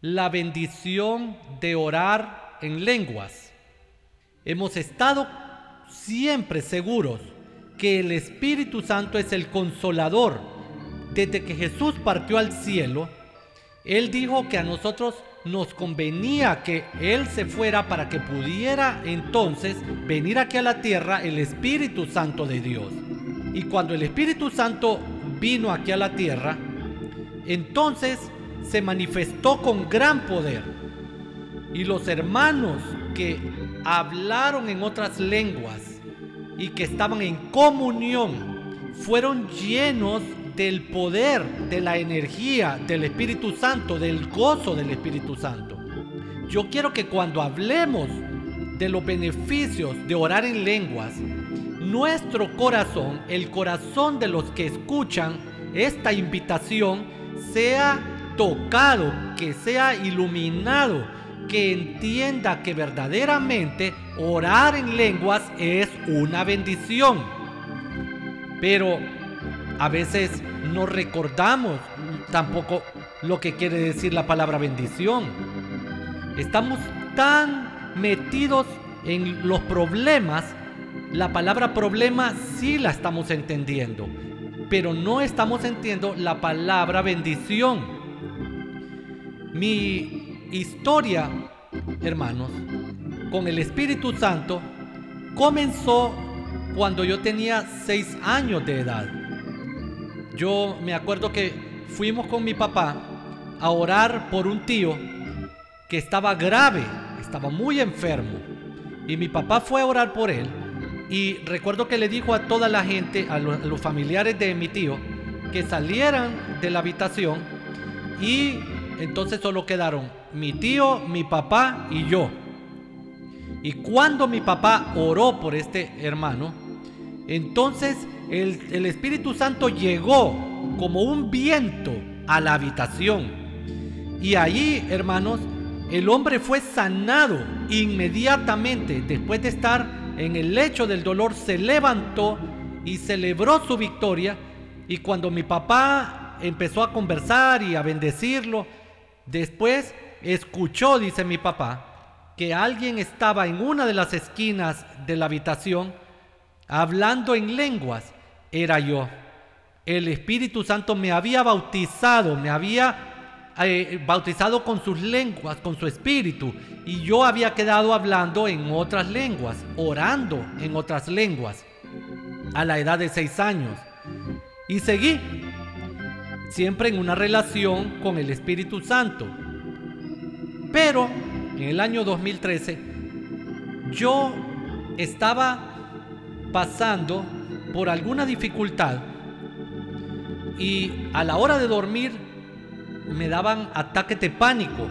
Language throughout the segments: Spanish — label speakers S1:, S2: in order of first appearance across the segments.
S1: la bendición de orar en lenguas. Hemos estado siempre seguros que el Espíritu Santo es el consolador. Desde que Jesús partió al cielo, Él dijo que a nosotros nos convenía que Él se fuera para que pudiera entonces venir aquí a la tierra el Espíritu Santo de Dios. Y cuando el Espíritu Santo vino aquí a la tierra, entonces se manifestó con gran poder. Y los hermanos que hablaron en otras lenguas y que estaban en comunión fueron llenos del poder, de la energía del Espíritu Santo, del gozo del Espíritu Santo. Yo quiero que cuando hablemos de los beneficios de orar en lenguas, nuestro corazón, el corazón de los que escuchan esta invitación, sea tocado, que sea iluminado, que entienda que verdaderamente orar en lenguas es una bendición. Pero a veces no recordamos tampoco lo que quiere decir la palabra bendición. Estamos tan metidos en los problemas. La palabra problema sí la estamos entendiendo, pero no estamos entendiendo la palabra bendición. Mi historia, hermanos, con el Espíritu Santo comenzó cuando yo tenía 6 años de edad. Yo me acuerdo que fuimos con mi papá a orar por un tío que estaba grave, estaba muy enfermo. Y mi papá fue a orar por él. Y recuerdo que le dijo a toda la gente, a los familiares de mi tío, que salieran de la habitación. Y entonces solo quedaron mi tío, mi papá y yo. Y cuando mi papá oró por este hermano, entonces el Espíritu Santo llegó como un viento a la habitación. Y allí, hermanos, el hombre fue sanado inmediatamente. Después de estar en el lecho del dolor, se levantó y celebró su victoria. Y cuando mi papá empezó a conversar y a bendecirlo, después escuchó, dice mi papá, que alguien estaba en una de las esquinas de la habitación hablando en lenguas. Era yo. El Espíritu Santo me había bautizado, me había bautizado con sus lenguas, con su espíritu, y yo había quedado hablando en otras lenguas, orando en otras lenguas a la edad de 6 años. Y seguí siempre en una relación con el Espíritu Santo. Pero en el año 2013 yo estaba pasando por alguna dificultad y a la hora de dormir me daban ataques de pánico.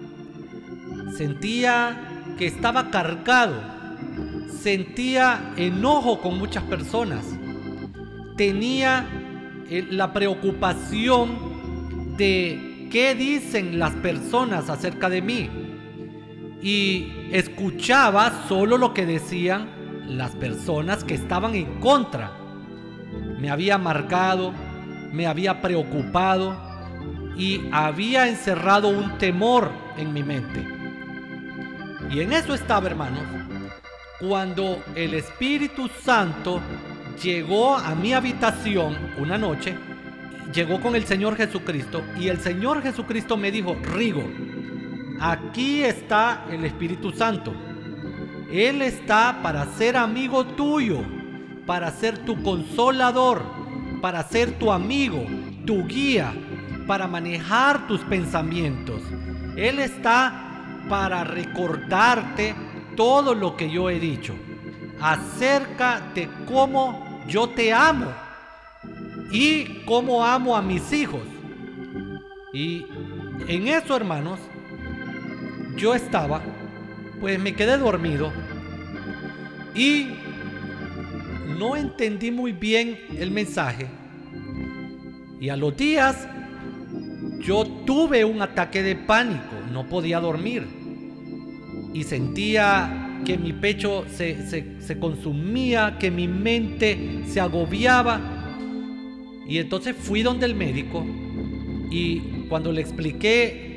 S1: Sentía que estaba cargado, sentía enojo con muchas personas, tenía la preocupación de qué dicen las personas acerca de mí y escuchaba solo lo que decían las personas que estaban en contra. Me había marcado, me había preocupado y había encerrado un temor en mi mente. Y en eso estaba, hermanos, cuando el Espíritu Santo llegó a mi habitación una noche, llegó con el Señor Jesucristo, y el Señor Jesucristo me dijo: Rigo, aquí está el Espíritu Santo. Él está para ser amigo tuyo, para ser tu consolador, para ser tu amigo, tu guía, para manejar tus pensamientos. Él está para recordarte todo lo que yo he dicho acerca de cómo yo te amo y cómo amo a mis hijos. Y en eso, hermanos, yo estaba, pues me quedé dormido y no entendí muy bien el mensaje. Y a los días yo tuve un ataque de pánico, no podía dormir y sentía que mi pecho se consumía, que mi mente se agobiaba. Y entonces fui donde el médico y cuando le expliqué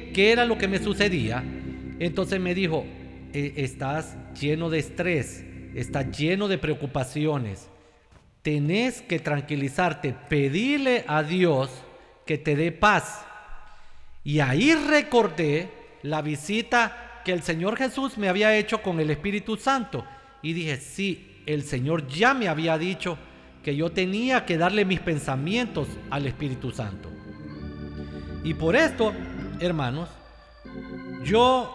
S1: qué era lo que me sucedía. Entonces me dijo: estás lleno de estrés, estás lleno de preocupaciones, tenés que tranquilizarte, pedirle a Dios que te dé paz. Y ahí recordé la visita que el Señor Jesús me había hecho con el Espíritu Santo. Y dije: sí, el Señor ya me había dicho que yo tenía que darle mis pensamientos al Espíritu Santo. Y por esto, hermanos, yo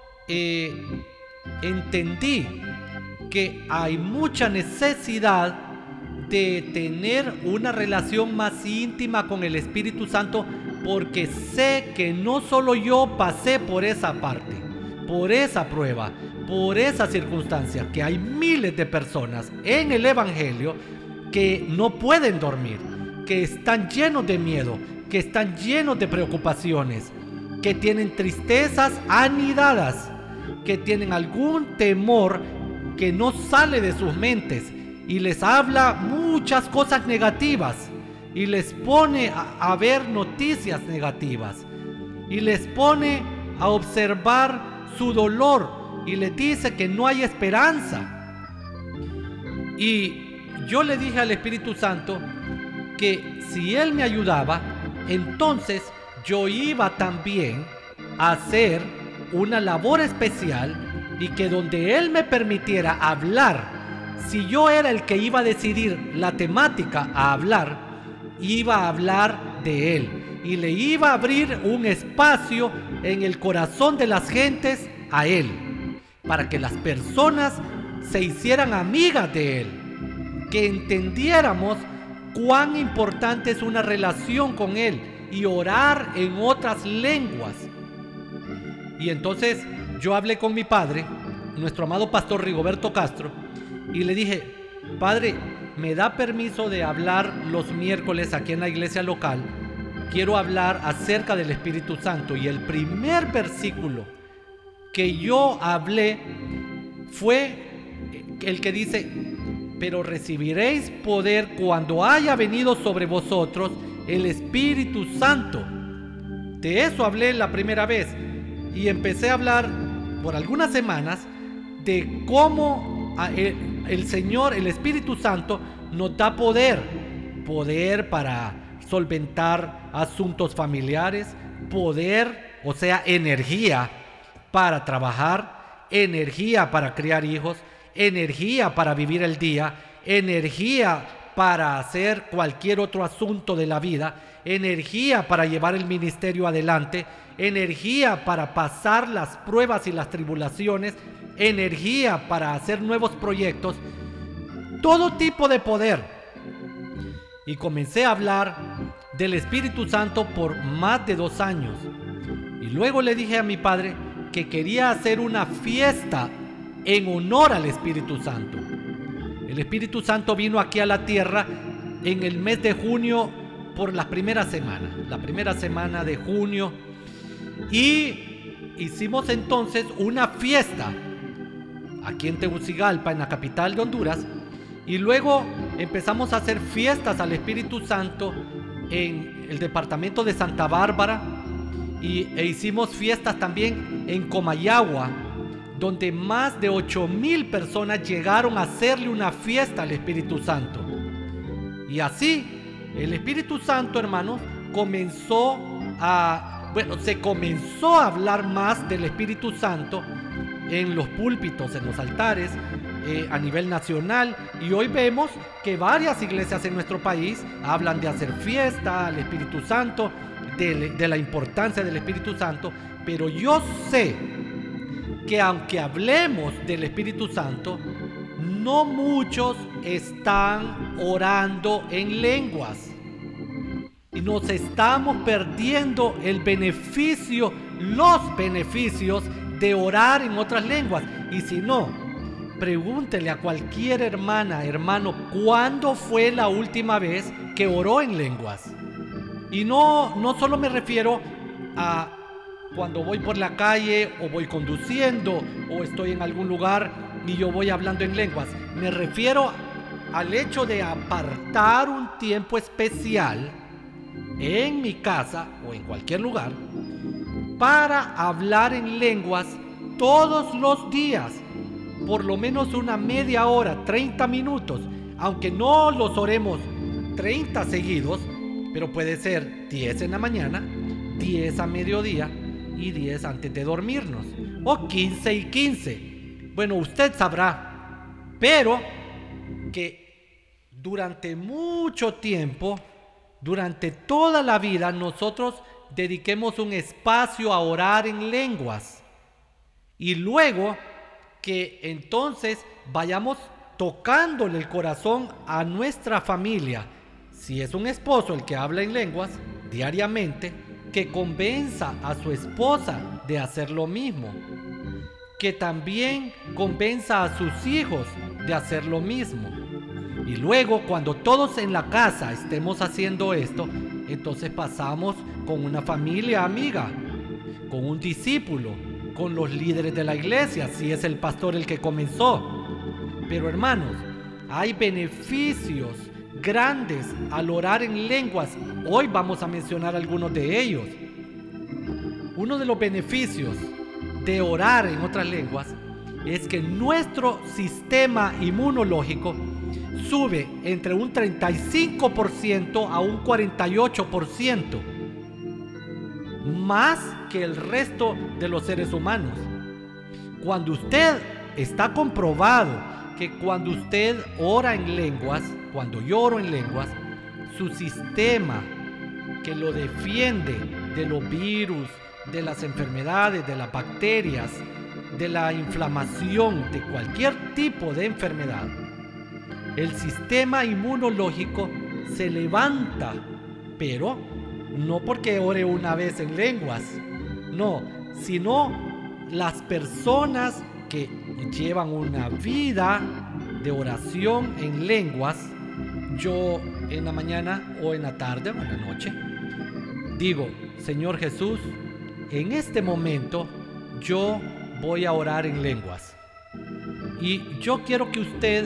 S1: entendí que hay mucha necesidad de tener una relación más íntima con el Espíritu Santo, porque sé que no solo yo pasé por esa parte, por esa prueba, por esa circunstancia, que hay miles de personas en el Evangelio que no pueden dormir, que están llenos de miedo, que están llenos de preocupaciones, que tienen tristezas anidadas, que tienen algún temor que no sale de sus mentes y les habla muchas cosas negativas y les pone a ver noticias negativas y les pone a observar su dolor y les dice que no hay esperanza. Y yo le dije al Espíritu Santo que si Él me ayudaba, entonces yo iba también a hacer una labor especial, y que donde Él me permitiera hablar, si yo era el que iba a decidir la temática a hablar, iba a hablar de Él y le iba a abrir un espacio en el corazón de las gentes a Él, para que las personas se hicieran amigas de Él, que entendiéramos cuán importante es una relación con Él y orar en otras lenguas. Y entonces yo hablé con mi padre, nuestro amado pastor Rigoberto Castro, y le dije: Padre, ¿me da permiso de hablar los miércoles aquí en la iglesia local? Quiero hablar acerca del Espíritu Santo. Y el primer versículo que yo hablé fue el que dice: pero recibiréis poder cuando haya venido sobre vosotros el Espíritu Santo. De eso hablé la primera vez, y empecé a hablar por algunas semanas de cómo el Señor, el Espíritu Santo, nos da poder para solventar asuntos familiares, poder, o sea, energía para trabajar, energía para criar hijos, energía para vivir el día, energía para hacer cualquier otro asunto de la vida, energía para llevar el ministerio adelante, energía para pasar las pruebas y las tribulaciones, energía para hacer nuevos proyectos, todo tipo de poder. Y comencé a hablar del Espíritu Santo por más de 2 años. Y luego le dije a mi padre que quería hacer una fiesta en honor al Espíritu Santo. El Espíritu Santo vino aquí a la tierra en el mes de junio, por la primera semana de junio, y hicimos entonces una fiesta aquí en Tegucigalpa, en la capital de Honduras, y luego empezamos a hacer fiestas al Espíritu Santo en el departamento de Santa Bárbara, e hicimos fiestas también en Comayagua, donde más de 8,000 personas llegaron a hacerle una fiesta al Espíritu Santo. Y así el Espíritu Santo, hermanos, se comenzó a hablar más del Espíritu Santo en los púlpitos, en los altares, a nivel nacional. Y hoy vemos que varias iglesias en nuestro país hablan de hacer fiesta al Espíritu Santo, de la importancia del Espíritu Santo. Pero yo sé que aunque hablemos del Espíritu Santo, no muchos están orando en lenguas. Y nos estamos perdiendo los beneficios de orar en otras lenguas. Y si no, pregúntele a cualquier hermano, ¿cuándo fue la última vez que oró en lenguas? Y no solo me refiero a cuando voy por la calle o voy conduciendo o estoy en algún lugar y yo voy hablando en lenguas. Me refiero al hecho de apartar un tiempo especial en mi casa o en cualquier lugar para hablar en lenguas todos los días, por lo menos una media hora, 30 minutos, aunque no los oremos 30 seguidos, pero puede ser 10 en la mañana, 10 a mediodía y 10 antes de dormirnos, o 15 y 15. Bueno, usted sabrá, pero que durante mucho tiempo, durante toda la vida, nosotros dediquemos un espacio a orar en lenguas y luego que entonces vayamos tocándole el corazón a nuestra familia. Si es un esposo el que habla en lenguas diariamente, que convenza a su esposa de hacer lo mismo, que también convenza a sus hijos de hacer lo mismo. Y luego, cuando todos en la casa estemos haciendo esto, entonces pasamos con una familia amiga, con un discípulo, con los líderes de la iglesia, si es el pastor el que comenzó. Pero hermanos, hay beneficios grandes al orar en lenguas. Hoy vamos a mencionar algunos de ellos. Uno de los beneficios de orar en otras lenguas es que nuestro sistema inmunológico sube entre un 35% a un 48%, más que el resto de los seres humanos. Cuando usted está comprobado que cuando usted ora en lenguas, cuando yo oro en lenguas, su sistema que lo defiende de los virus, de las enfermedades, de las bacterias, de la inflamación, de cualquier tipo de enfermedad, el sistema inmunológico se levanta, pero no porque ore una vez en lenguas, no, sino las personas que llevan una vida de oración en lenguas. Yo en la mañana o en la tarde o en la noche digo: Señor Jesús, en este momento yo voy a orar en lenguas y yo quiero que usted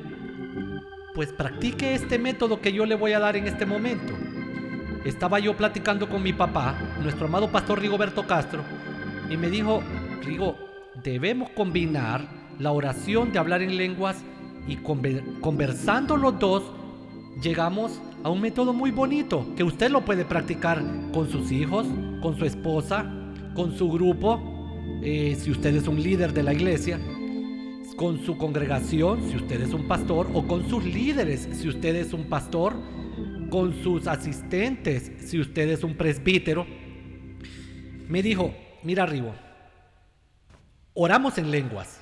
S1: pues practique este método que yo le voy a dar en este momento. Estaba yo platicando con mi papá, nuestro amado pastor Rigoberto Castro, y me dijo: Rigo, debemos combinar la oración de hablar en lenguas y conversando los dos, llegamos a un método muy bonito que usted lo puede practicar con sus hijos, con su esposa, con su grupo, si usted es un líder de la iglesia, con su congregación, si usted es un pastor, o con sus líderes, si usted es un pastor, con sus asistentes, si usted es un presbítero. Me dijo: mira, Rigo, oramos en lenguas.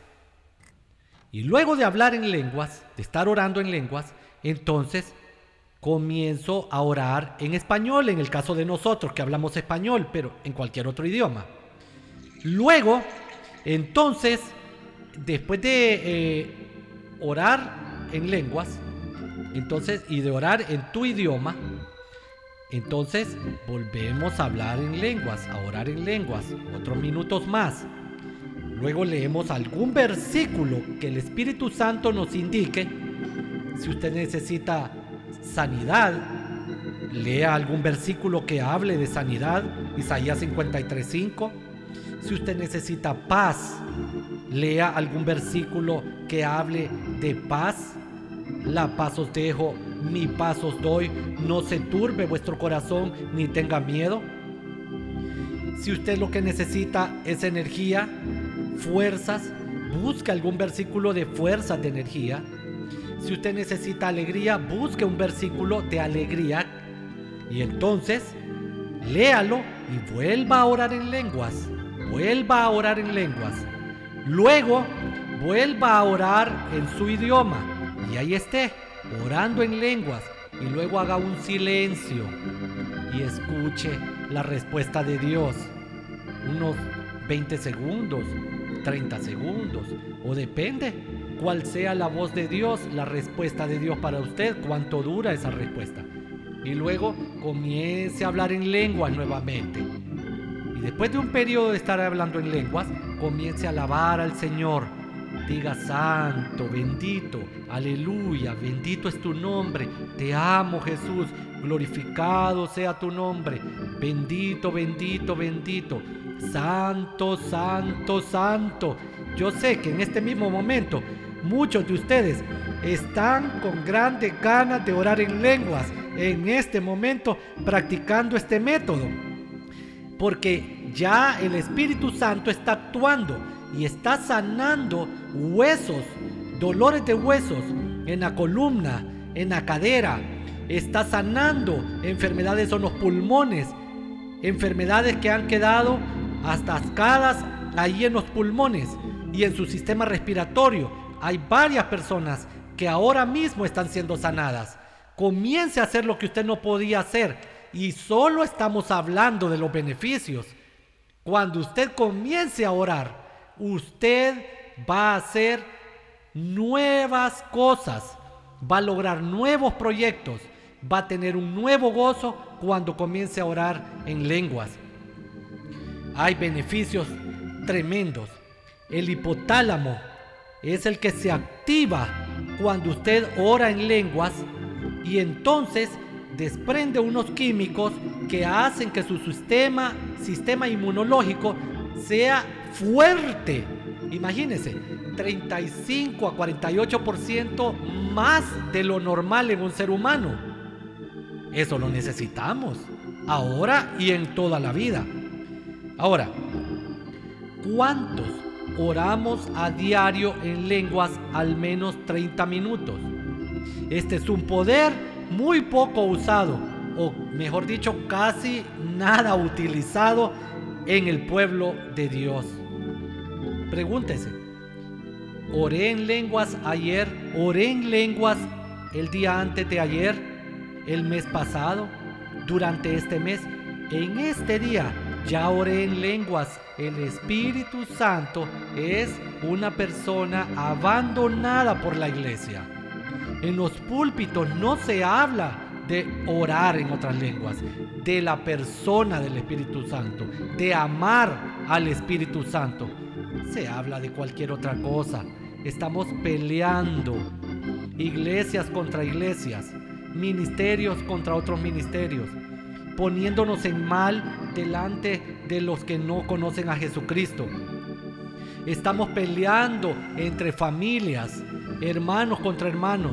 S1: Y luego de hablar en lenguas, de estar orando en lenguas, entonces comienzo a orar en español, en el caso de nosotros que hablamos español, pero en cualquier otro idioma. Luego, entonces, después de orar en lenguas, entonces, y de orar en tu idioma, entonces volvemos a hablar en lenguas, a orar en lenguas, otros minutos más. Luego leemos algún versículo que el Espíritu Santo nos indique. Si usted necesita sanidad, lea algún versículo que hable de sanidad, Isaías 53:5. Si usted necesita paz, lea algún versículo que hable de paz. La paz os dejo, mi paz os doy, no se turbe vuestro corazón ni tenga miedo. Si usted lo que necesita es energía, fuerzas, busque algún versículo de fuerzas de energía. Si usted necesita alegría, busque un versículo de alegría y entonces léalo y vuelva a orar en lenguas. Vuelva a orar en lenguas. Luego vuelva a orar en su idioma y ahí esté orando en lenguas y luego haga un silencio y escuche la respuesta de Dios. Unos 20 segundos, 30 segundos, o depende cuál sea la voz de Dios, la respuesta de Dios para usted, cuánto dura esa respuesta. Y luego comience a hablar en lenguas nuevamente. Y después de un periodo de estar hablando en lenguas, comience a alabar al Señor. Diga: santo, bendito, aleluya, bendito es tu nombre, te amo Jesús, glorificado sea tu nombre, bendito, bendito, bendito. Santo, santo, santo. Yo sé que en este mismo momento muchos de ustedes están con grandes ganas de orar en lenguas en este momento, practicando este método, porque ya el Espíritu Santo está actuando y está sanando huesos, dolores de huesos en la columna, en la cadera. Está sanando enfermedades en los pulmones, enfermedades que han quedado atascadas ahí en los pulmones y en su sistema respiratorio. Hay varias personas que ahora mismo están siendo sanadas. Comience a hacer lo que usted no podía hacer, y solo estamos hablando de los beneficios. Cuando usted comience a orar, usted va a hacer nuevas cosas, va a lograr nuevos proyectos, va a tener un nuevo gozo cuando comience a orar en lenguas. Hay beneficios tremendos. El hipotálamo es el que se activa cuando usted ora en lenguas, y entonces desprende unos químicos que hacen que su sistema inmunológico sea fuerte. Imagínense, 35 a 48% más de lo normal en un ser humano. Eso lo necesitamos ahora y en toda la vida. Ahora, ¿cuántos oramos a diario en lenguas al menos 30 minutos? Este es un poder muy poco usado, o mejor dicho, casi nada utilizado en el pueblo de Dios. Pregúntese, ¿oré en lenguas ayer? ¿Oré en lenguas el día antes de ayer? ¿El mes pasado? ¿Durante este mes? En este día ya oré en lenguas. El Espíritu Santo es una persona abandonada por la iglesia. En los púlpitos no se habla de orar en otras lenguas, de la persona del Espíritu Santo, de amar al Espíritu Santo. Se habla de cualquier otra cosa. Estamos peleando, iglesias contra iglesias, ministerios contra otros ministerios, poniéndonos en mal delante de los que no conocen a Jesucristo. Estamos peleando entre familias, hermanos contra hermanos,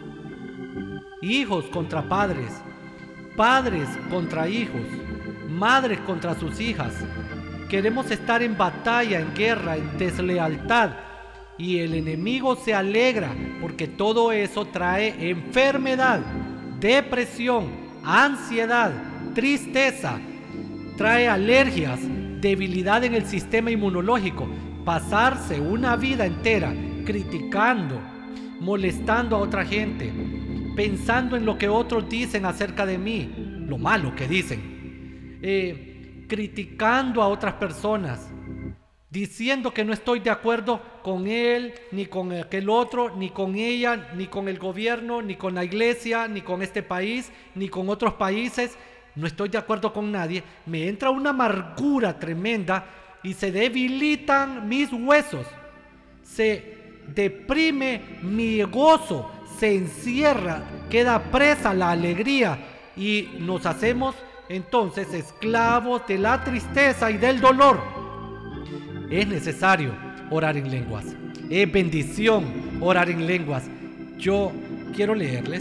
S1: hijos contra padres, padres contra hijos, madres contra sus hijas. Queremos estar en batalla, en guerra, en deslealtad, y el enemigo se alegra porque todo eso trae enfermedad, depresión, ansiedad, tristeza, trae alergias, debilidad en el sistema inmunológico. Pasarse una vida entera criticando, molestando a otra gente, pensando en lo que otros dicen acerca de mí, lo malo que dicen, criticando a otras personas, diciendo que no estoy de acuerdo con él, ni con aquel otro, ni con ella, ni con el gobierno, ni con la iglesia, ni con este país, ni con otros países. No estoy de acuerdo con nadie. Me entra una amargura tremenda y se debilitan mis huesos, se deprime mi gozo, se encierra, queda presa la alegría, y nos hacemos entonces esclavos de la tristeza y del dolor. Es necesario orar en lenguas. Es bendición orar en lenguas. Yo quiero leerles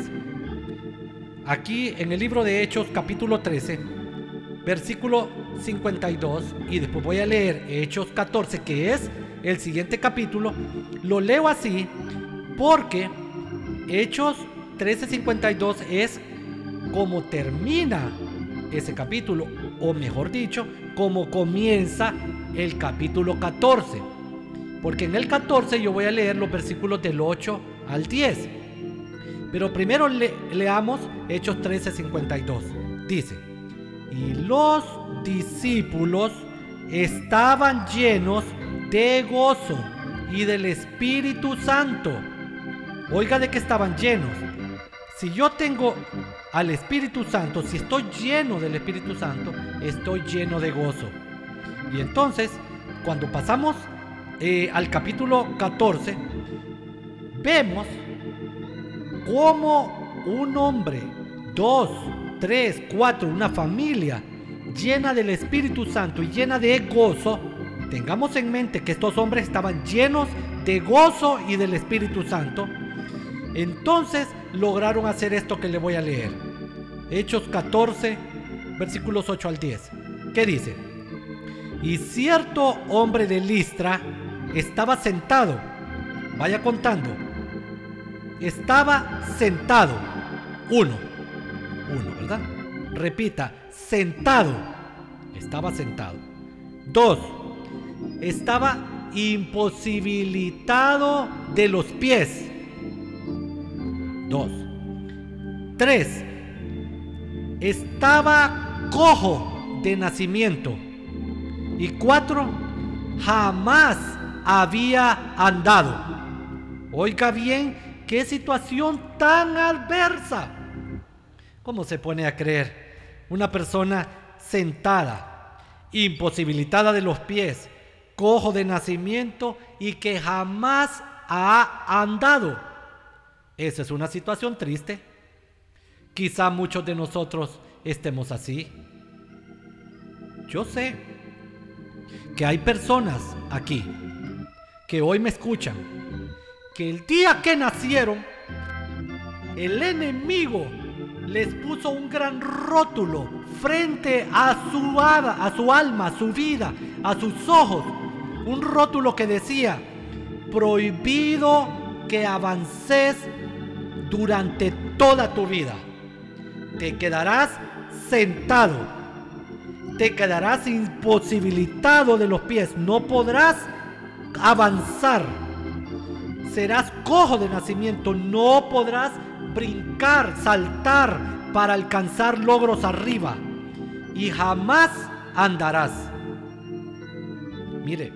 S1: aquí en el libro de Hechos capítulo 13, versículo 52, y después voy a leer Hechos 14, que es el siguiente capítulo. Lo leo así porque Hechos 13:52 es como termina ese capítulo, o mejor dicho, como comienza el capítulo 14, porque en el 14 yo voy a leer los versículos del 8 al 10, pero primero leamos Hechos 13:52. Dice: y los discípulos estaban llenos de gozo y del Espíritu Santo. Oiga, de que estaban llenos. Si yo tengo al Espíritu Santo, si estoy lleno del Espíritu Santo, estoy lleno de gozo. Y entonces, cuando pasamos al capítulo 14, vemos cómo un hombre, 2, 3, 4, una familia llena del Espíritu Santo y llena de gozo. Tengamos en mente que estos hombres estaban llenos de gozo y del Espíritu Santo. Entonces lograron hacer esto que le voy a leer. Hechos 14, versículos 8 al 10. ¿Qué dice? Y cierto hombre de Listra estaba sentado. Vaya contando. Estaba sentado. Uno, ¿verdad? Repita, sentado. Estaba sentado. 2. Estaba imposibilitado de los pies. 2. 3. Estaba cojo de nacimiento. Y 4. Jamás había andado. Oiga bien, qué situación tan adversa. ¿Cómo se pone a creer? Una persona sentada, imposibilitada de los pies, cojo de nacimiento y que jamás ha andado. Esa es una situación triste. Quizá muchos de nosotros estemos así. Yo sé que hay personas aquí que hoy me escuchan, que el día que nacieron, el enemigo les puso un gran rótulo frente a su alma, a su vida, a sus ojos. Un rótulo que decía: prohibido que avances durante toda tu vida. Te quedarás sentado. Te quedarás imposibilitado de los pies. No podrás avanzar. Serás cojo de nacimiento. No podrás brincar, saltar para alcanzar logros arriba. Y jamás andarás. Mire,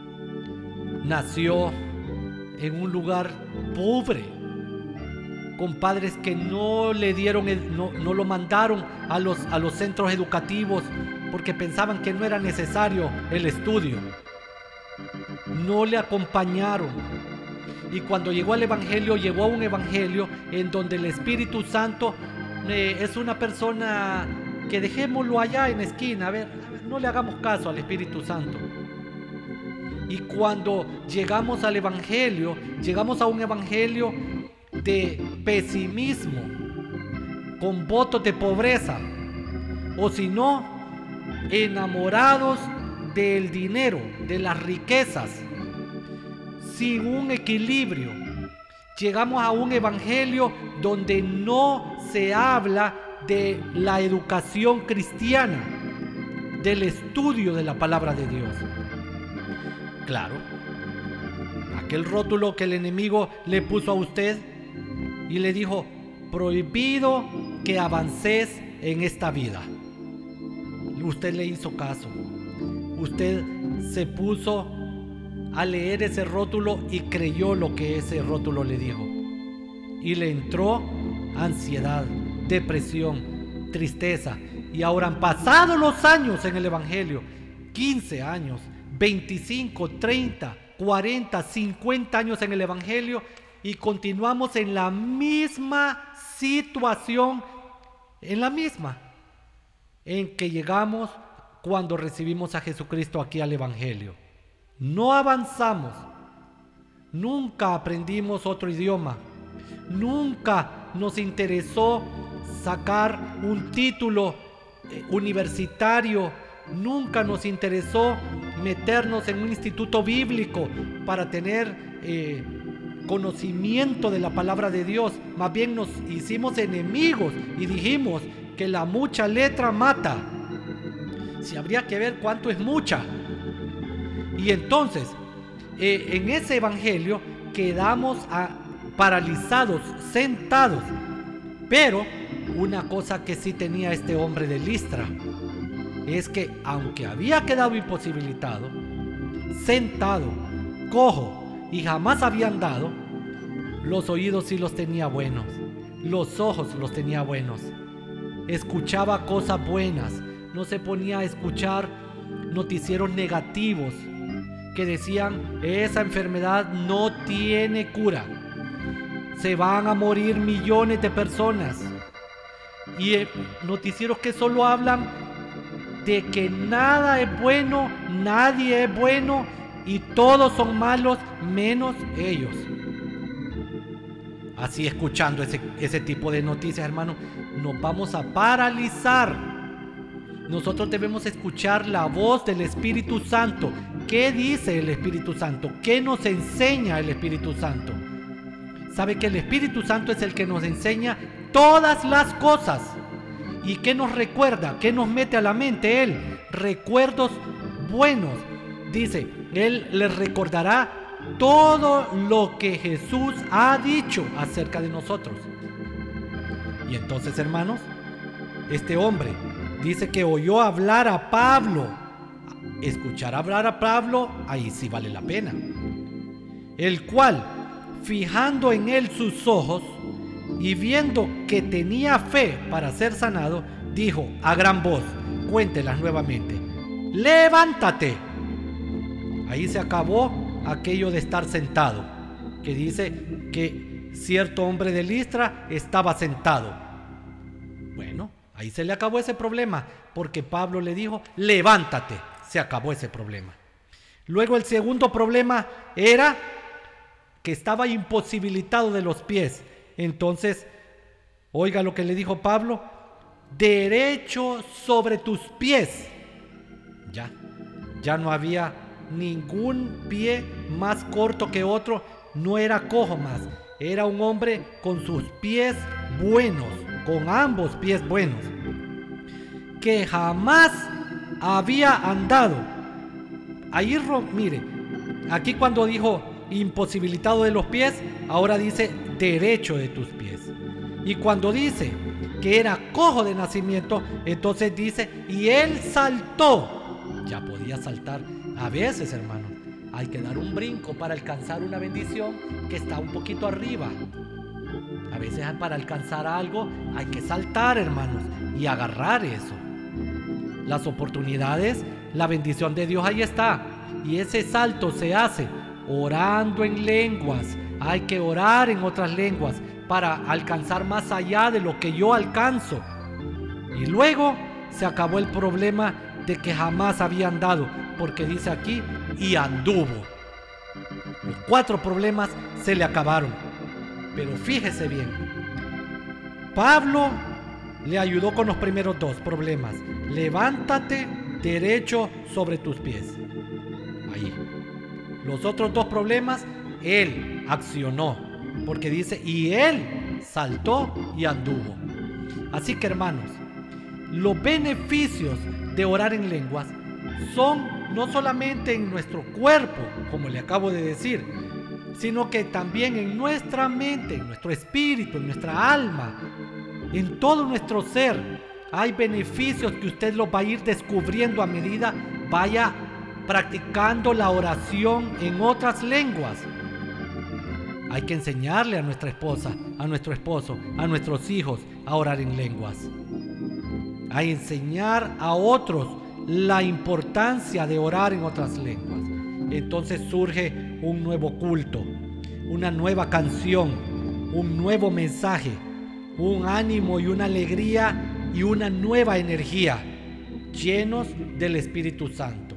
S1: nació en un lugar pobre, con padres que no le dieron, no lo mandaron a los centros educativos porque pensaban que no era necesario el estudio. No le acompañaron. Y cuando llegó al Evangelio, llegó a un Evangelio en donde el Espíritu Santo es una persona que dejémoslo allá en la esquina. A ver, no le hagamos caso al Espíritu Santo. Y cuando llegamos al Evangelio, llegamos a un Evangelio de pesimismo, con votos de pobreza, o si no, enamorados del dinero, de las riquezas, sin un equilibrio. Llegamos a un evangelio donde no se habla de la educación cristiana, del estudio de la palabra de Dios. Claro, aquel rótulo que el enemigo le puso a usted y le dijo: prohibido que avances en esta vida. Usted le hizo caso. Usted se puso a leer ese rótulo y creyó lo que ese rótulo le dijo. Y le entró ansiedad, depresión, tristeza. Y ahora han pasado los años en el evangelio. 15 años, 25, 30, 40, 50 años en el evangelio. Y continuamos en la misma situación, en que llegamos cuando recibimos a Jesucristo aquí al evangelio. No avanzamos, nunca aprendimos otro idioma, nunca nos interesó sacar un título universitario, nunca nos interesó meternos en un instituto bíblico para tener conocimiento de la palabra de Dios. Más bien nos hicimos enemigos y dijimos que la mucha letra mata. Si habría que ver cuánto es mucha. Y entonces, en ese evangelio quedamos paralizados, sentados. Pero una cosa que sí tenía este hombre de Listra es que aunque había quedado imposibilitado, sentado, cojo y jamás había andado, los oídos sí los tenía buenos, los ojos los tenía buenos, escuchaba cosas buenas, no se ponía a escuchar noticieros negativos que decían: esa enfermedad no tiene cura, se van a morir millones de personas. Y noticieros que solo hablan de que nada es bueno, nadie es bueno y todos son malos menos ellos. Así, escuchando ese tipo de noticias, hermano, nos vamos a paralizar. Nosotros debemos escuchar la voz del Espíritu Santo. ¿Qué dice el Espíritu Santo? ¿Qué nos enseña el Espíritu Santo? ¿Sabe que el Espíritu Santo es el que nos enseña todas las cosas? ¿Y qué nos recuerda? ¿Qué nos mete a la mente Él? Recuerdos buenos. Dice, Él les recordará todo lo que Jesús ha dicho acerca de nosotros. Y entonces, hermanos, este hombre dice que oyó hablar a Pablo. Escuchar hablar a Pablo, ahí sí vale la pena. El cual, fijando en él sus ojos y viendo que tenía fe para ser sanado, dijo a gran voz, cuéntelas nuevamente: levántate. Ahí se acabó aquello de estar sentado, que dice que cierto hombre de Listra estaba sentado. Bueno, ahí se le acabó ese problema, porque Pablo le dijo, levántate. Se acabó ese problema. Luego el segundo problema era que estaba imposibilitado de los pies. Entonces, oiga lo que le dijo Pablo: derecho sobre tus pies. Ya no había ningún pie más corto que otro, no era cojo más, era un hombre con sus pies buenos, con ambos pies buenos, que jamás había andado. Ahí, mire, aquí cuando dijo imposibilitado de los pies, ahora dice derecho de tus pies. Y cuando dice que era cojo de nacimiento, entonces dice, y él saltó. Ya podía saltar. A veces, hermano, hay que dar un brinco para alcanzar una bendición que está un poquito arriba. A veces para alcanzar algo hay que saltar, hermanos, y agarrar eso. Las oportunidades, la bendición de Dios ahí está. Y ese salto se hace orando en lenguas. Hay que orar en otras lenguas para alcanzar más allá de lo que yo alcanzo. Y luego se acabó el problema de que jamás había andado, porque dice aquí, y anduvo. Los 4 problemas se le acabaron. Pero fíjese bien, Pablo le ayudó con los primeros 2 problemas. Levántate derecho sobre tus pies. Ahí. Los otros 2 problemas, él accionó, porque dice, y él saltó y anduvo. Así que, hermanos, los beneficios de orar en lenguas son no solamente en nuestro cuerpo, como le acabo de decir, sino que también en nuestra mente, en nuestro espíritu, en nuestra alma, en todo nuestro ser. Hay beneficios que usted los va a ir descubriendo a medida vaya practicando la oración en otras lenguas. Hay que enseñarle a nuestra esposa, a nuestro esposo, a nuestros hijos a orar en lenguas. A enseñar a otros la importancia de orar en otras lenguas. Entonces surge un nuevo culto, una nueva canción, un nuevo mensaje, un ánimo y una alegría y una nueva energía, llenos del Espíritu Santo.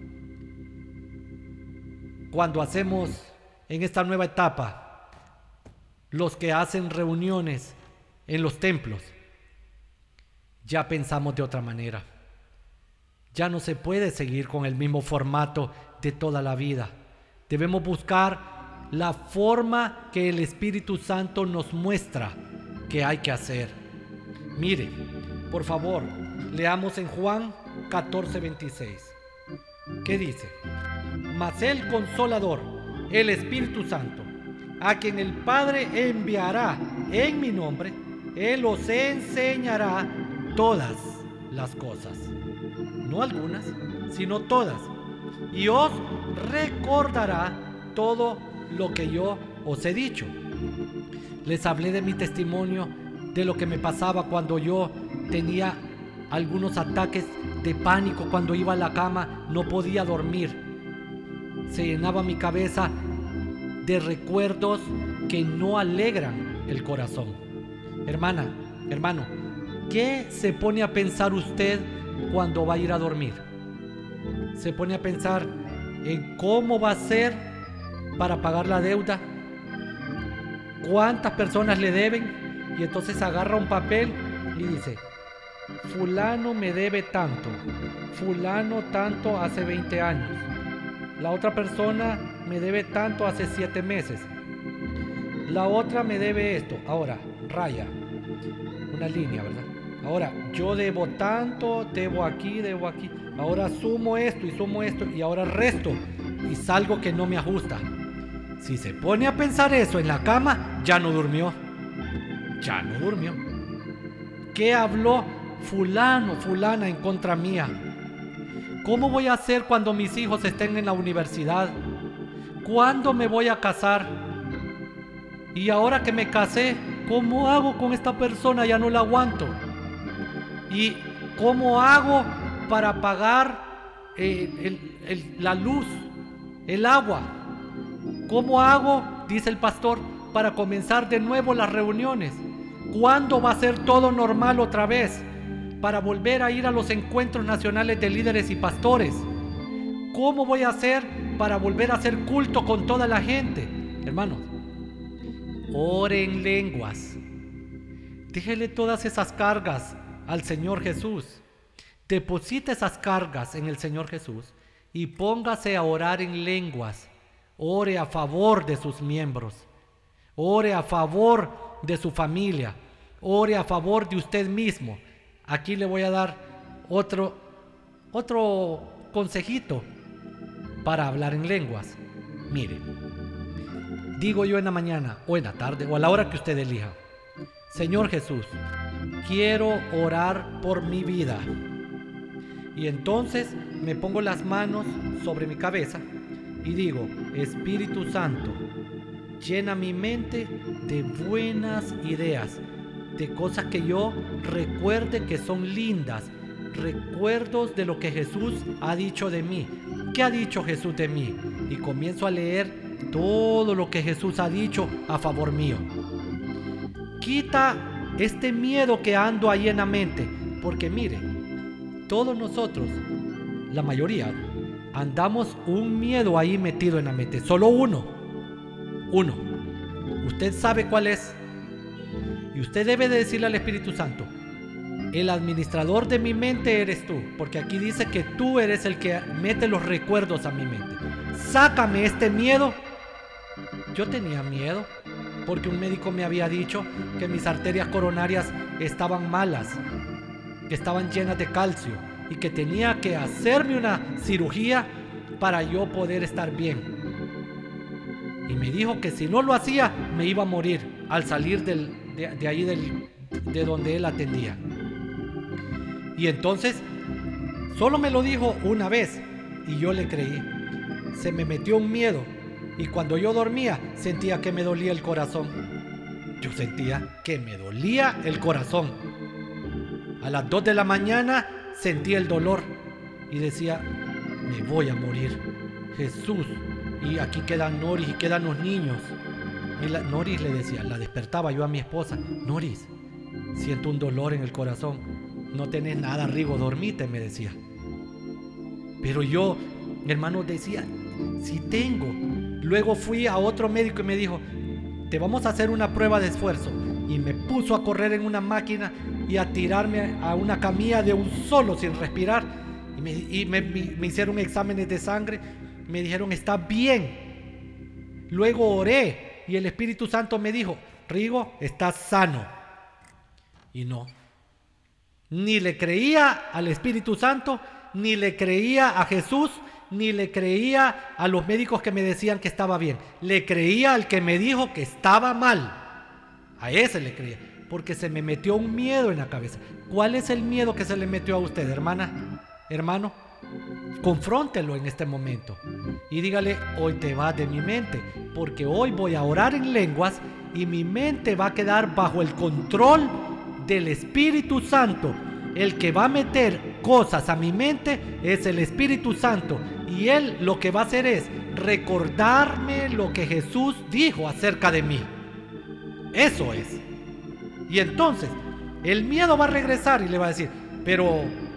S1: Cuando hacemos en esta nueva etapa, los que hacen reuniones en los templos, ya pensamos de otra manera. Ya no se puede seguir con el mismo formato de toda la vida. Debemos buscar la forma que el Espíritu Santo nos muestra que hay que hacer. Mire, por favor, leamos en Juan 14:26. ¿Qué dice? Mas el Consolador, el Espíritu Santo, a quien el Padre enviará en mi nombre, Él os enseñará todas las cosas. No algunas, sino todas. Y os recordará todo lo que yo os he dicho. Les hablé de mi testimonio, de lo que me pasaba cuando yo tenía algunos ataques de pánico. Cuando iba a la cama no podía dormir. Se llenaba mi cabeza de recuerdos que no alegran el corazón. Hermana, hermano, ¿qué se pone a pensar usted cuando va a ir a dormir. Se pone a pensar en cómo va a ser para pagar la deuda, cuántas personas le deben, y entonces agarra un papel y dice: fulano me debe tanto, fulano tanto hace 20 años, la otra persona me debe tanto hace 7 meses, la otra me debe esto. Ahora raya una línea, ¿verdad? Ahora yo debo tanto, debo aquí, ahora sumo esto y ahora resto y salgo que no me ajusta. Si se pone a pensar eso en la cama, ya no durmió. ¿Qué habló fulano, fulana en contra mía? ¿Cómo voy a hacer cuando mis hijos estén en la universidad? ¿Cuándo me voy a casar? Y ahora que me casé, ¿cómo hago con esta persona? Ya no la aguanto. ¿Y cómo hago para pagar la luz, el agua? ¿Cómo hago, dice el pastor, para comenzar de nuevo las reuniones? ¿Cuándo va a ser todo normal otra vez? Para volver a ir a los encuentros nacionales de líderes y pastores. ¿Cómo voy a hacer para volver a hacer culto con toda la gente? Hermanos, ore en lenguas. Déjele todas esas cargas al Señor Jesús. Deposite esas cargas en el Señor Jesús y póngase a orar en lenguas. Ore a favor de sus miembros. Ore a favor de su familia. Ore a favor de usted mismo. Aquí le voy a dar otro consejito para hablar en lenguas. Mire, digo yo en la mañana o en la tarde o a la hora que usted elija: Señor Jesús, quiero orar por mi vida. Y entonces me pongo las manos sobre mi cabeza y digo: Espíritu Santo, llena mi mente de buenas ideas, de cosas que yo recuerde que son lindas, recuerdos de lo que Jesús ha dicho de mí. ¿Qué ha dicho Jesús de mí? Y comienzo a leer todo lo que Jesús ha dicho a favor mío. Quita este miedo que ando ahí en la mente, porque mire, todos nosotros, la mayoría, andamos un miedo ahí metido en la mente. Solo uno. Usted sabe cuál es. Y usted debe de decirle al Espíritu Santo: el administrador de mi mente eres tú, porque aquí dice que tú eres el que mete los recuerdos a mi mente. Sácame este miedo. Yo tenía miedo porque un médico me había dicho que mis arterias coronarias estaban malas, que estaban llenas de calcio y que tenía que hacerme una cirugía para yo poder estar bien. Y me dijo que si no lo hacía me iba a morir al salir de ahí de donde él atendía. Y entonces solo me lo dijo una vez y yo le creí. Se me metió un miedo y cuando yo dormía sentía que me dolía el corazón. Yo sentía que me dolía el corazón. A las 2 de la mañana sentía el dolor y decía: me voy a morir, Jesús. Y aquí quedan Noris y quedan los niños. Y Noris le decía, la despertaba yo a mi esposa: Noris, siento un dolor en el corazón. No tenés nada, Rigo, dormite, me decía. Pero yo, hermano, decía: sí tengo. Luego fui a otro médico y me dijo: te vamos a hacer una prueba de esfuerzo. Y me puso a correr en una máquina y a tirarme a una camilla de un solo sin respirar. Y me hicieron exámenes de sangre. Me dijeron: está bien. Luego oré y el Espíritu Santo me dijo: Rigo, estás sano. Y no, ni le creía al Espíritu Santo, ni le creía a Jesús, ni le creía a los médicos que me decían que estaba bien. Le creía al que me dijo que estaba mal. A ese le creía, porque se me metió un miedo en la cabeza. ¿Cuál es el miedo que se le metió a usted, hermana, hermano? Confróntelo en este momento y dígale: hoy te vas de mi mente, porque hoy voy a orar en lenguas y mi mente va a quedar bajo el control del Espíritu Santo. El que va a meter cosas a mi mente es el Espíritu Santo, y él lo que va a hacer es recordarme lo que Jesús dijo acerca de mí. Eso es. Y entonces el miedo va a regresar y le va a decir: pero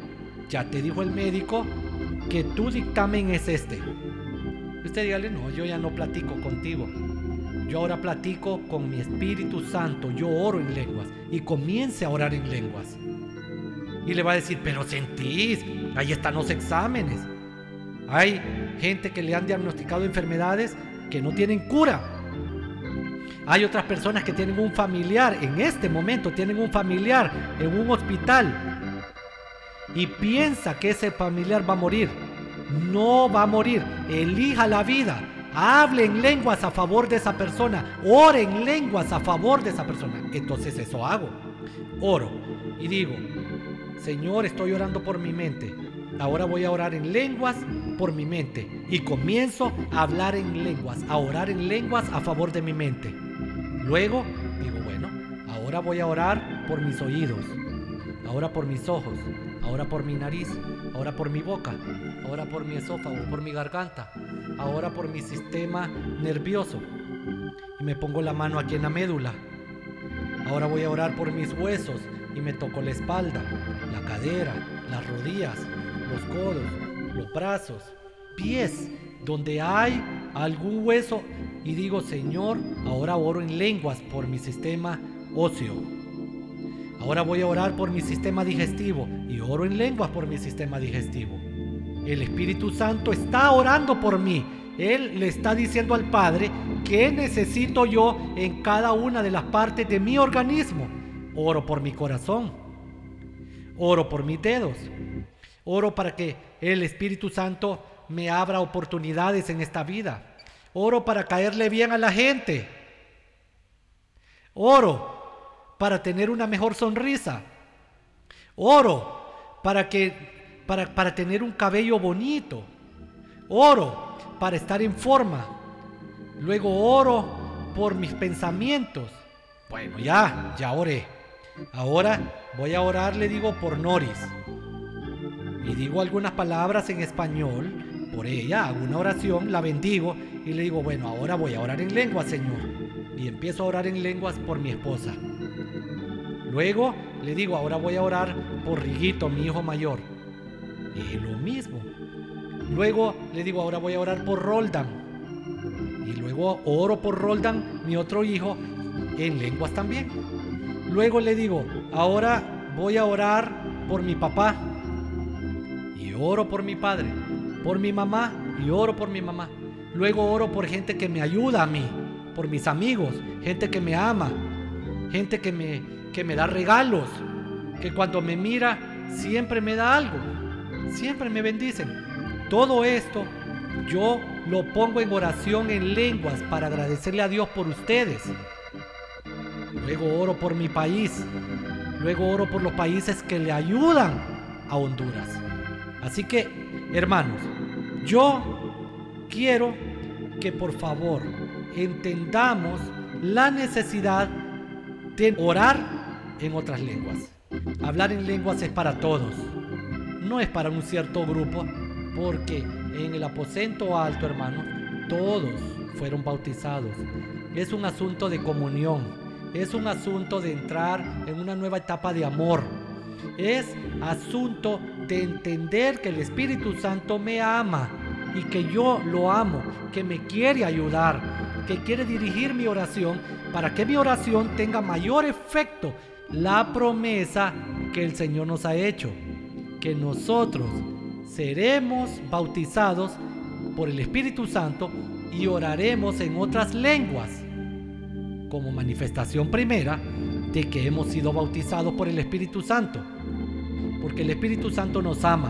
S1: ya te dijo el médico que tu dictamen es este. Usted dígale, no, yo ya no platico contigo. Yo ahora platico con mi Espíritu Santo. Yo oro en lenguas. Y comience a orar en lenguas. Y le va a decir, pero sentís, ahí están los exámenes. Hay gente que le han diagnosticado enfermedades que no tienen cura. Hay otras personas que tienen un familiar, en este momento tienen un familiar en un hospital y piensa que ese familiar va a morir. No va a morir. Elija la vida. Hable en lenguas a favor de esa persona. Ore en lenguas a favor de esa persona. Entonces eso hago. Oro y digo, Señor, estoy orando por mi mente. Ahora voy a orar en lenguas por mi mente. Y comienzo a hablar en lenguas, a orar en lenguas a favor de mi mente. Luego digo, bueno, ahora voy a orar por mis oídos. Ahora por mis ojos. Ahora por mi nariz. Ahora por mi boca. Ahora por mi esófago, por mi garganta. Ahora por mi sistema nervioso. Y me pongo la mano aquí en la médula. Ahora voy a orar por mis huesos y me toco la espalda, la cadera, las rodillas, los codos, los brazos, pies, donde hay algún hueso. Y digo, Señor, ahora oro en lenguas por mi sistema óseo. Ahora voy a orar por mi sistema digestivo y oro en lenguas por mi sistema digestivo. El Espíritu Santo está orando por mí. Él le está diciendo al Padre qué necesito yo en cada una de las partes de mi organismo. Oro por mi corazón. Oro por mis dedos. Oro para que el Espíritu Santo me abra oportunidades en esta vida. Oro para caerle bien a la gente. Oro para tener una mejor sonrisa. Oro para tener un cabello bonito. Oro para estar en forma. Luego oro por mis pensamientos. Bueno, ya oré. Ahora voy a orar, le digo, por Noris. Y digo algunas palabras en español por ella, hago una oración, la bendigo y le digo, bueno, ahora voy a orar en lenguas, Señor. Y empiezo a orar en lenguas por mi esposa. Luego le digo, ahora voy a orar por Riguito, mi hijo mayor. Y lo mismo. Luego le digo, ahora voy a orar por Roldan. Y luego oro por Roldan, mi otro hijo, en lenguas también. Luego le digo, ahora voy a orar por mi papá. Y oro por mi padre. Por mi mamá y oro por mi mamá. Luego oro por gente que me ayuda a mí. Por mis amigos, gente que me ama. Gente que me da regalos. Que cuando me mira siempre me da algo. Siempre me bendicen. Todo esto yo lo pongo en oración en lenguas para agradecerle a Dios por ustedes. Luego oro por mi país. Luego oro por los países que le ayudan a Honduras. Así que, hermanos, yo quiero que por favor entendamos la necesidad de orar en otras lenguas. Hablar en lenguas es para todos. No es para un cierto grupo, porque en el aposento alto, hermanos, todos fueron bautizados. Es un asunto de comunión, es un asunto de entrar en una nueva etapa de amor. Es asunto de entender que el Espíritu Santo me ama y que yo lo amo, que me quiere ayudar, que quiere dirigir mi oración para que mi oración tenga mayor efecto. La promesa que el Señor nos ha hecho, que nosotros seremos bautizados por el Espíritu Santo y oraremos en otras lenguas, como manifestación primera de que hemos sido bautizados por el Espíritu Santo, porque el Espíritu Santo nos ama.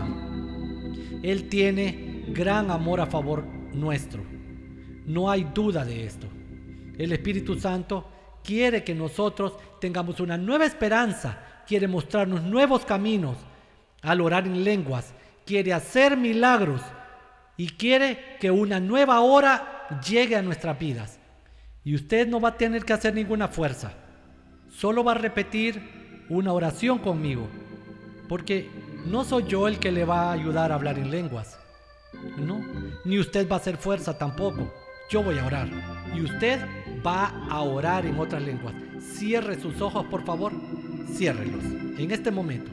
S1: Él tiene gran amor a favor nuestro. No hay duda de esto. El Espíritu Santo quiere que nosotros tengamos una nueva esperanza, quiere mostrarnos nuevos caminos al orar en lenguas, quiere hacer milagros y quiere que una nueva hora llegue a nuestras vidas. Y usted no va a tener que hacer ninguna fuerza, solo va a repetir una oración conmigo, porque no soy yo el que le va a ayudar a hablar en lenguas, no, ni usted va a hacer fuerza tampoco. Yo voy a orar y usted va a orar en otras lenguas. Cierre sus ojos, por favor, ciérrelos en este momento.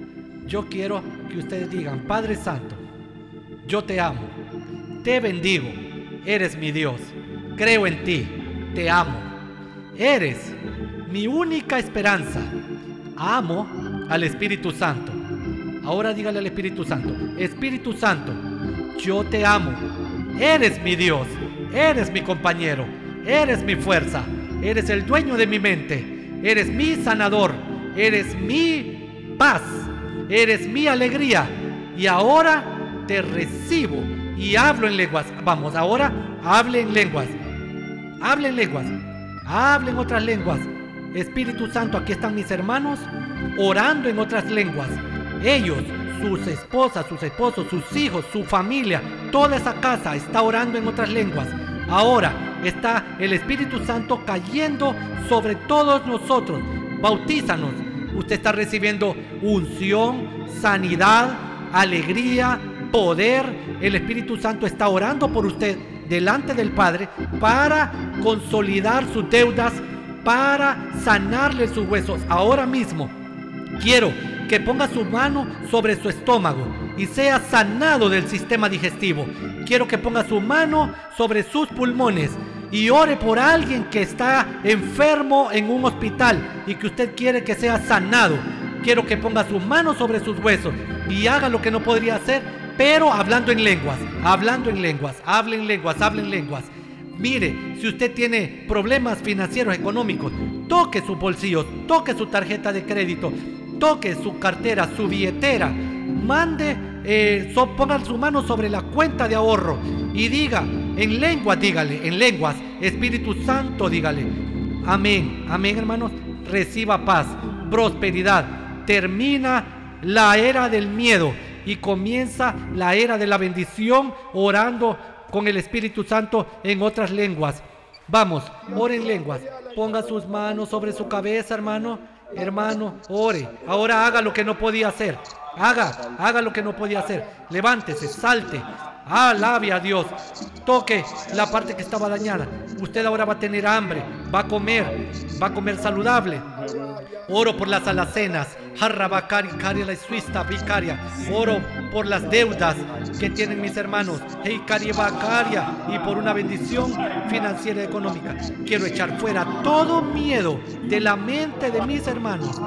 S1: yo quiero que ustedes digan: Padre Santo, yo te amo, te bendigo, eres mi Dios, creo en ti, te amo, eres mi única esperanza, amo al Espíritu Santo. Ahora dígale al Espíritu Santo: Espíritu Santo, yo te amo, eres mi Dios, eres mi compañero, eres mi fuerza, eres el dueño de mi mente, eres mi sanador, eres mi paz, eres mi alegría. Y ahora te recibo y hablo en lenguas. Vamos, ahora hable en lenguas, hable en lenguas, hable en otras lenguas. Espíritu Santo, aquí están mis hermanos orando en otras lenguas. Ellos, sus esposas, sus esposos, sus hijos, su familia, toda esa casa está orando en otras lenguas. Ahora está el Espíritu Santo cayendo sobre todos nosotros. Bautízanos. Usted está recibiendo unción, sanidad, alegría, poder. El Espíritu Santo está orando por usted delante del Padre para consolidar sus deudas, para sanarle sus huesos. Ahora mismo quiero que ponga su mano sobre su estómago y sea sanado del sistema digestivo. Quiero que ponga su mano sobre sus pulmones y ore por alguien que está enfermo en un hospital y que usted quiere que sea sanado. Quiero que ponga su mano sobre sus huesos y haga lo que no podría hacer, pero hablando en lenguas, hablando en lenguas, hable en lenguas, hable en lenguas. Mire, si usted tiene problemas financieros, económicos, toque su bolsillo, toque su tarjeta de crédito, toque su cartera, su billetera, ponga su mano sobre la cuenta de ahorro y diga en lenguas, dígale en lenguas: Espíritu Santo, dígale. Amén, amén, hermanos. Reciba paz, prosperidad. Termina la era del miedo y comienza la era de la bendición, orando con el Espíritu Santo en otras lenguas. Vamos, ore en lenguas. Ponga sus manos sobre su cabeza, hermano. Hermano, ore. Ahora haga lo que no podía hacer. Haga lo que no podía hacer. Levántese, salte. Alabe a Dios. Toque la parte que estaba dañada. Usted ahora va a tener hambre. Va a comer saludable. Oro por las alacenas. Oro por las deudas que tienen mis hermanos. Y por una bendición financiera y económica. Quiero echar fuera todo miedo de la mente de mis hermanos.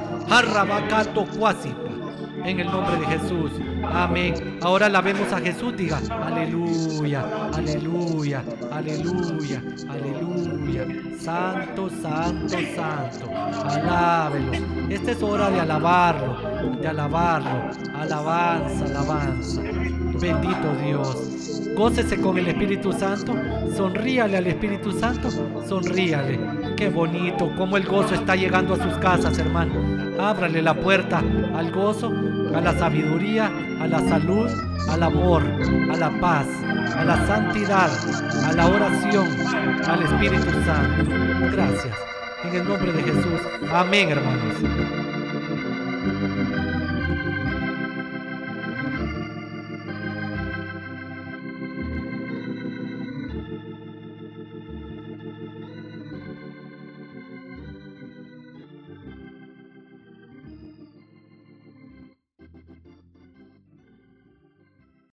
S1: En el nombre de Jesús. Amén. Ahora la vemos a Jesús. Diga: aleluya, aleluya, aleluya, aleluya. Santo, santo, santo. Alábelo. Esta es hora de alabarlo, de alabarlo. Alabanza, alabanza. Bendito Dios. Gócese con el Espíritu Santo. Sonríale al Espíritu Santo. Sonríale. Qué bonito cómo el gozo está llegando a sus casas, hermano. Ábrale la puerta al gozo, a la sabiduría, a la salud, al amor, a la paz, a la santidad, a la oración, al Espíritu Santo. Gracias. En el nombre de Jesús. Amén, hermanos.